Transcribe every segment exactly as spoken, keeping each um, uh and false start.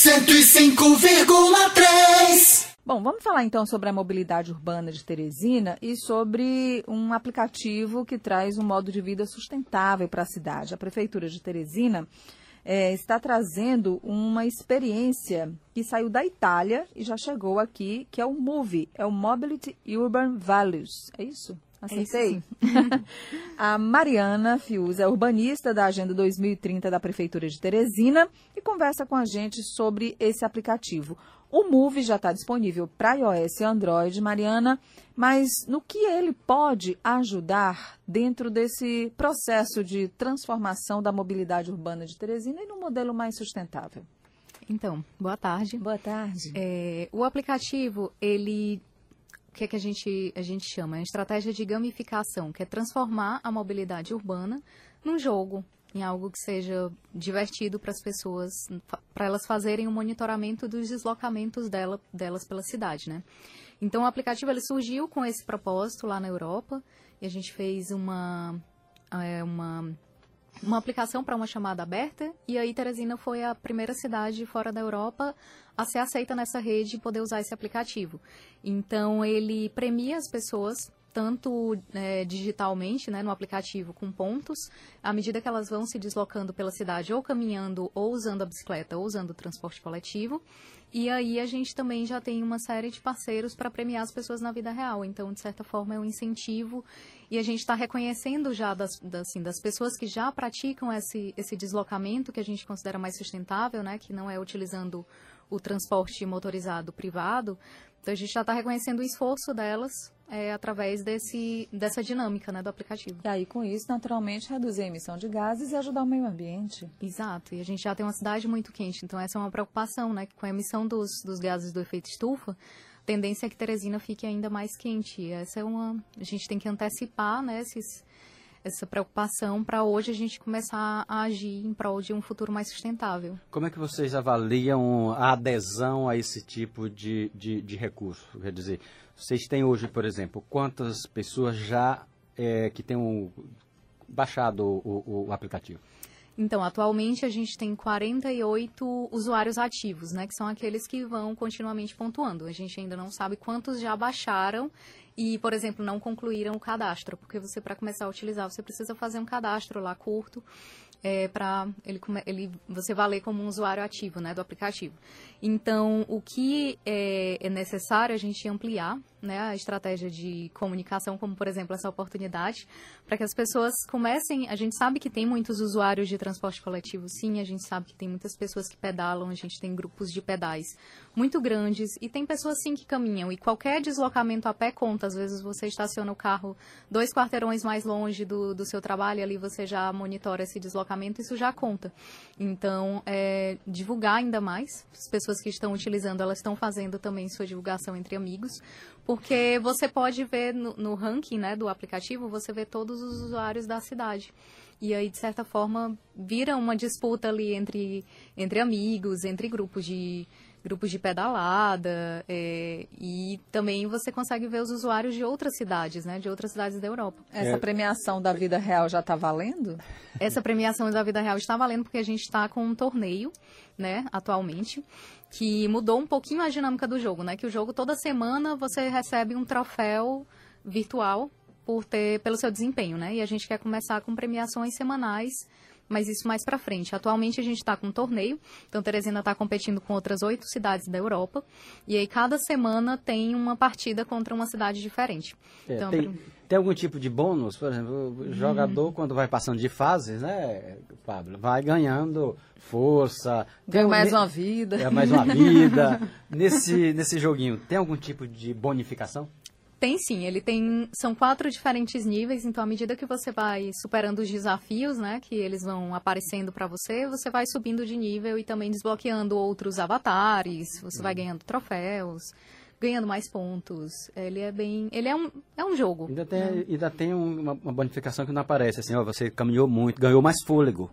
cento e cinco vírgula três. Bom, vamos falar então sobre a mobilidade urbana de Teresina e sobre um aplicativo que traz um modo de vida sustentável para a cidade. A Prefeitura de Teresina é, está trazendo uma experiência que saiu da Itália e já chegou aqui, que é o MOVE, é o Mobility Urban Values. É isso? Acertei? É isso. A Mariana Fiuza é urbanista da Agenda dois mil e trinta da Prefeitura de Teresina e conversa com a gente sobre esse aplicativo. O MOVE já está disponível para iOS e Android, Mariana, mas no que ele pode ajudar dentro desse processo de transformação da mobilidade urbana de Teresina e num modelo mais sustentável? Então, boa tarde. Boa tarde. É, o aplicativo, ele... O que é que a gente, a gente chama? É uma estratégia de gamificação, que é transformar a mobilidade urbana num jogo, em algo que seja divertido para as pessoas, para elas fazerem o monitoramento dos deslocamentos dela, delas pela cidade, né? Então, o aplicativo ele surgiu com esse propósito lá na Europa, e a gente fez uma, é, uma, uma aplicação para uma chamada aberta, e aí Teresina foi a primeira cidade fora da Europa a ser aceita nessa rede e poder usar esse aplicativo. Então, ele premia as pessoas, tanto é, digitalmente, né, no aplicativo, com pontos, à medida que elas vão se deslocando pela cidade, ou caminhando, ou usando a bicicleta, ou usando o transporte coletivo. E aí a gente também já tem uma série de parceiros para premiar as pessoas na vida real. Então, de certa forma, é um incentivo. E a gente está reconhecendo já das, das, assim, das pessoas que já praticam esse, esse deslocamento, que a gente considera mais sustentável, né, que não é utilizando o transporte motorizado privado. Então, a gente já está reconhecendo o esforço delas é, através desse, dessa dinâmica, né, do aplicativo. E aí, com isso, naturalmente, reduzir a emissão de gases e ajudar o meio ambiente. Exato. E a gente já tem uma cidade muito quente, então essa é uma preocupação, né, que com a emissão dos, dos gases do efeito estufa, a tendência é que Teresina fique ainda mais quente. E essa é uma... A gente tem que antecipar, né, esses... essa preocupação para hoje a gente começar a agir em prol de um futuro mais sustentável. Como é que vocês avaliam a adesão a esse tipo de, de, de recurso? Quer dizer, vocês têm hoje, por exemplo, quantas pessoas já é, que têm baixado o, o, o aplicativo? Então, atualmente a gente tem quarenta e oito usuários ativos, né, que são aqueles que vão continuamente pontuando. A gente ainda não sabe quantos já baixaram e, por exemplo, não concluíram o cadastro, porque você, para começar a utilizar, você precisa fazer um cadastro lá curto, é, para ele, ele, você valer como um usuário ativo, né, do aplicativo. Então, o que é, é necessário a gente ampliar, né, a estratégia de comunicação, como, por exemplo, essa oportunidade, para que as pessoas comecem... A gente sabe que tem muitos usuários de transporte coletivo, sim, a gente sabe que tem muitas pessoas que pedalam, a gente tem grupos de pedais muito grandes, e tem pessoas, sim, que caminham, e qualquer deslocamento a pé conta. Às vezes você estaciona o carro dois quarteirões mais longe do, do seu trabalho, ali você já monitora esse deslocamento, isso já conta. Então, é, divulgar ainda mais, as pessoas que estão utilizando, elas estão fazendo também sua divulgação entre amigos, porque você pode ver no, no ranking, né, do aplicativo, você vê todos os usuários da cidade. E aí, de certa forma, vira uma disputa ali entre, entre amigos, entre grupos de, grupos de pedalada, é, e também você consegue ver os usuários de outras cidades, né, de outras cidades da Europa. Essa premiação da vida real já está valendo? Essa premiação da vida real está valendo porque a gente está com um torneio, né, atualmente, que mudou um pouquinho a dinâmica do jogo, né, que o jogo toda semana você recebe um troféu virtual por ter, pelo seu desempenho, né, e a gente quer começar com premiações semanais, mas isso mais para frente. Atualmente a gente está com um torneio, então Teresina está competindo com outras oito cidades da Europa, e aí cada semana tem uma partida contra uma cidade diferente. É, então, tem, tem algum tipo de bônus? Por exemplo, o jogador, hum. quando vai passando de fases, né, Pablo, vai ganhando força. Ganha mais ne... uma vida. É mais uma vida. nesse, nesse joguinho, tem algum tipo de bonificação? Tem sim, ele tem, são quatro diferentes níveis, então à medida que você vai superando os desafios, né, que eles vão aparecendo para você, você vai subindo de nível e também desbloqueando outros avatares, você hum. vai ganhando troféus, ganhando mais pontos. Ele é bem, ele é um, é um jogo. Ainda tem, né? ainda tem uma, uma bonificação que não aparece, assim, ó, você caminhou muito, ganhou mais fôlego.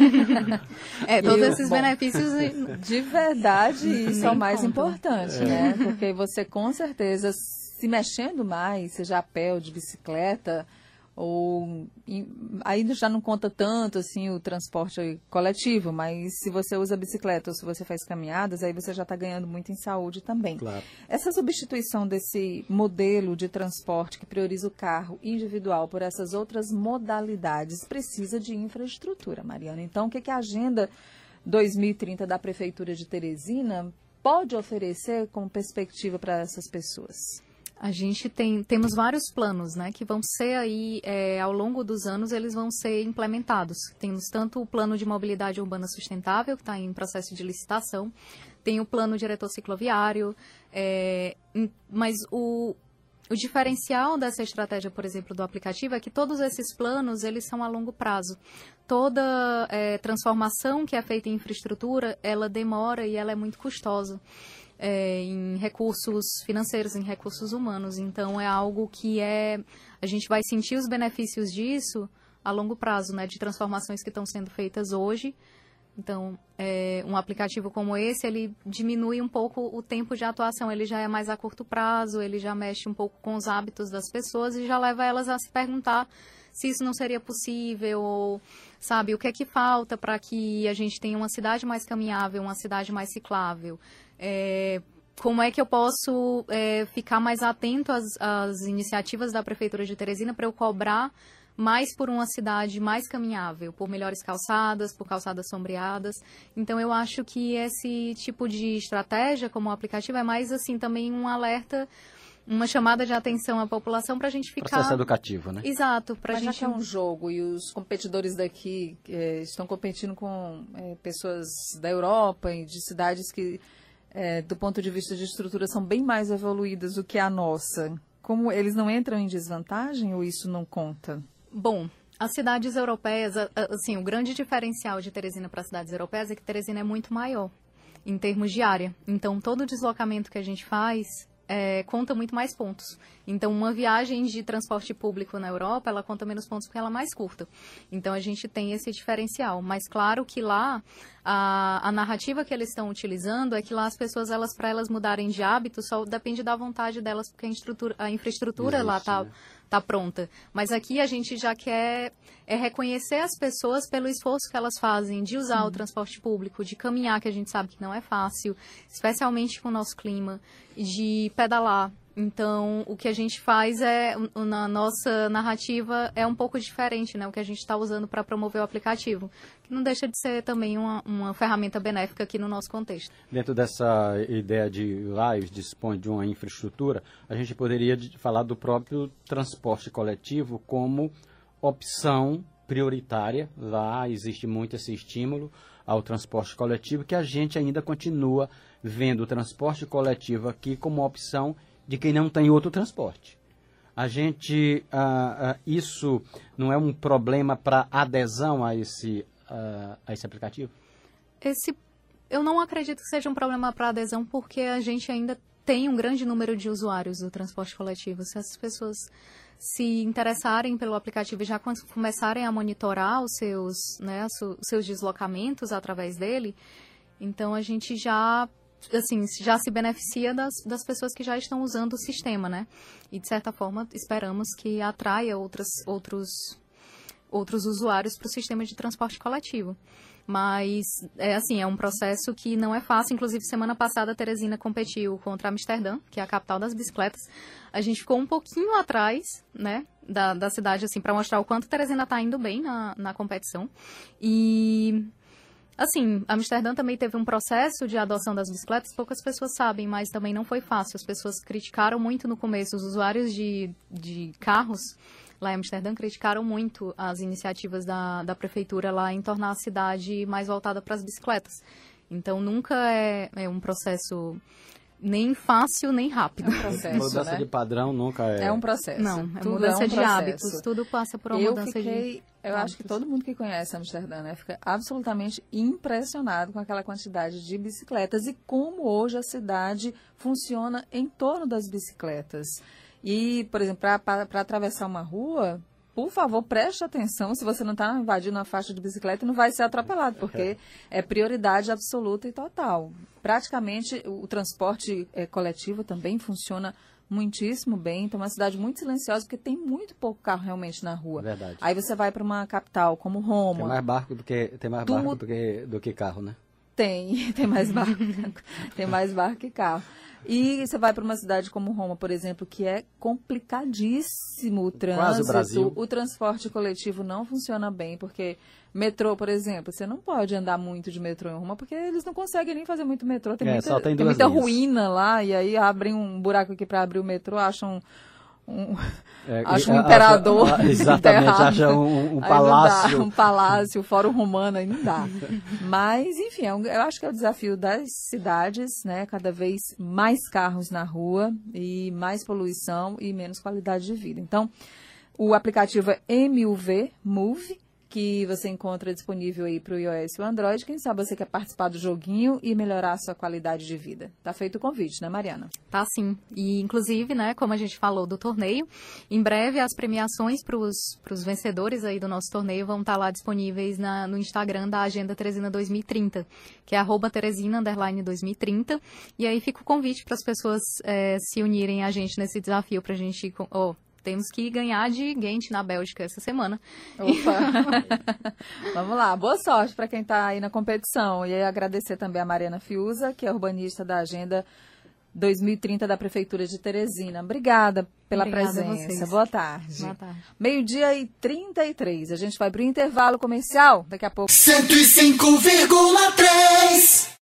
É, todos e, esses bom, benefícios... De verdade, isso é o mais conta. importante, é. né, porque você com certeza... se mexendo mais, seja a pé ou de bicicleta, ou ainda já não conta tanto assim o transporte coletivo, mas se você usa bicicleta ou se você faz caminhadas, aí você já está ganhando muito em saúde também. Claro. Essa substituição desse modelo de transporte que prioriza o carro individual por essas outras modalidades precisa de infraestrutura, Mariana. Então, o que, que a Agenda dois mil e trinta da Prefeitura de Teresina pode oferecer como perspectiva para essas pessoas? A gente tem, temos vários planos, né, que vão ser aí, é, ao longo dos anos, eles vão ser implementados. Temos tanto o plano de mobilidade urbana sustentável, que está em processo de licitação, tem o plano diretor cicloviário, é, mas o, o diferencial dessa estratégia, por exemplo, do aplicativo, é que todos esses planos, eles são a longo prazo. Toda é, transformação que é feita em infraestrutura, ela demora e ela é muito custosa. É, em recursos financeiros, em recursos humanos. Então, é algo que é... A gente vai sentir os benefícios disso a longo prazo, né? De transformações que estão sendo feitas hoje. Então, é, um aplicativo como esse, ele diminui um pouco o tempo de atuação. Ele já é mais a curto prazo, ele já mexe um pouco com os hábitos das pessoas e já leva elas a se perguntar se isso não seria possível, ou, sabe, o que é que falta para que a gente tenha uma cidade mais caminhável, uma cidade mais ciclável. É, como é que eu posso é, ficar mais atento às, às iniciativas da Prefeitura de Teresina para eu cobrar mais por uma cidade mais caminhável, por melhores calçadas, por calçadas sombreadas. Então, eu acho que esse tipo de estratégia, como o aplicativo, é mais, assim, também um alerta, uma chamada de atenção à população para a gente ficar... Processo educativo, né? Exato. Pra Mas gente... já que é um jogo e os competidores daqui é, estão competindo com é, pessoas da Europa e de cidades que, é, do ponto de vista de estrutura, são bem mais evoluídas do que a nossa, como eles não entram em desvantagem ou isso não conta? Bom, as cidades europeias, assim, o grande diferencial de Teresina para as cidades europeias é que Teresina é muito maior em termos de área. Então, todo o deslocamento que a gente faz é, conta muito mais pontos. Então, uma viagem de transporte público na Europa, ela conta menos pontos porque ela é mais curta. Então, a gente tem esse diferencial. Mas, claro que lá, a, a narrativa que eles estão utilizando é que lá as pessoas, elas para elas mudarem de hábito, só depende da vontade delas, porque a, estrutura, a infraestrutura Existe, lá está... Né? Tá pronta. Mas aqui a gente já quer é reconhecer as pessoas pelo esforço que elas fazem de usar Sim. o transporte público, de caminhar, que a gente sabe que não é fácil, especialmente com o nosso clima, de pedalar. Então, o que a gente faz é, na nossa narrativa, é um pouco diferente, né? O que a gente está usando para promover o aplicativo, que não deixa de ser também uma, uma ferramenta benéfica aqui no nosso contexto. Dentro dessa ideia de lá, eles dispõem de uma infraestrutura, a gente poderia falar do próprio transporte coletivo como opção prioritária. Lá existe muito esse estímulo ao transporte coletivo, que a gente ainda continua vendo o transporte coletivo aqui como opção de quem não tem outro transporte. A gente, ah, ah, isso não é um problema para adesão a esse, ah, a esse aplicativo? Esse, eu não acredito que seja um problema para adesão, porque a gente ainda tem um grande número de usuários do transporte coletivo. Se essas pessoas se interessarem pelo aplicativo e já começarem a monitorar os seus, né, os seus deslocamentos através dele, então a gente já... assim, já se beneficia das, das pessoas que já estão usando o sistema, né? E, de certa forma, esperamos que atraia outras, outros, outros usuários para o sistema de transporte coletivo. Mas, é assim, é um processo que não é fácil. Inclusive, semana passada, a Teresina competiu contra Amsterdã, que é a capital das bicicletas. A gente ficou um pouquinho atrás, né, da, da cidade, assim, para mostrar o quanto a Teresina está indo bem na, na competição. E... assim, Amsterdã também teve um processo de adoção das bicicletas, poucas pessoas sabem, mas também não foi fácil. As pessoas criticaram muito no começo, os usuários de, de carros lá em Amsterdã criticaram muito as iniciativas da, da prefeitura lá em tornar a cidade mais voltada para as bicicletas. Então, nunca é, é um processo nem fácil, nem rápido. É um processo, mudança né? de padrão nunca é... É um processo. Não, é tudo mudança é um de processo. hábitos, tudo passa por uma eu mudança fiquei, de Eu hábitos. acho que todo mundo que conhece Amsterdã, né, fica absolutamente impressionado com aquela quantidade de bicicletas e como hoje a cidade funciona em torno das bicicletas. E, por exemplo, para atravessar uma rua... por favor, preste atenção se você não está invadindo uma faixa de bicicleta e não vai ser atropelado, porque é prioridade absoluta e total. Praticamente, o transporte é, coletivo também funciona muitíssimo bem. Então, é uma cidade muito silenciosa, porque tem muito pouco carro realmente na rua. Verdade. Aí você vai para uma capital como Roma. Tem mais barco do que, tem mais Tu- barco do que, do que carro, né? Tem, tem mais barco, tem mais barco que carro. E você vai para uma cidade como Roma, por exemplo, que é complicadíssimo o trânsito. Quase o Brasil. O transporte coletivo não funciona bem, porque metrô, por exemplo, você não pode andar muito de metrô em Roma, porque eles não conseguem nem fazer muito metrô. Tem É, muita, só tem tem duas muita linhas. ruína lá, e aí abrem um buraco aqui para abrir o metrô, acham um, É, acho e- um a- imperador. a- exatamente, enterrado. acha um, um Aí não dá, palácio. um palácio, fórum romano, aí não dá. Mas, enfim, é um- eu acho que é o desafio das cidades, né? Cada vez mais carros na rua e mais poluição e menos qualidade de vida. Então, o aplicativo é M U V Move, que você encontra disponível aí para o iOS e o Android. Quem sabe você quer participar do joguinho e melhorar a sua qualidade de vida. Tá feito o convite, né, Mariana? Tá sim. E, inclusive, né, como a gente falou do torneio, em breve as premiações para os vencedores aí do nosso torneio vão estar lá disponíveis na, no Instagram da Agenda Teresina dois mil e trinta, que é arroba Teresina underline dois mil e trinta. E aí fica o convite para as pessoas eh, se unirem a gente nesse desafio para a gente... Oh, temos que ganhar de Ghent na Bélgica essa semana. Opa! Vamos lá, boa sorte para quem está aí na competição. E aí agradecer também a Mariana Fiuza, que é urbanista da Agenda dois mil e trinta da Prefeitura de Teresina. Obrigada pela Obrigada a presença. vocês. Boa tarde. Boa tarde. Meio-dia e trinta e três. A gente vai para o intervalo comercial. Daqui a pouco. cento e cinco vírgula três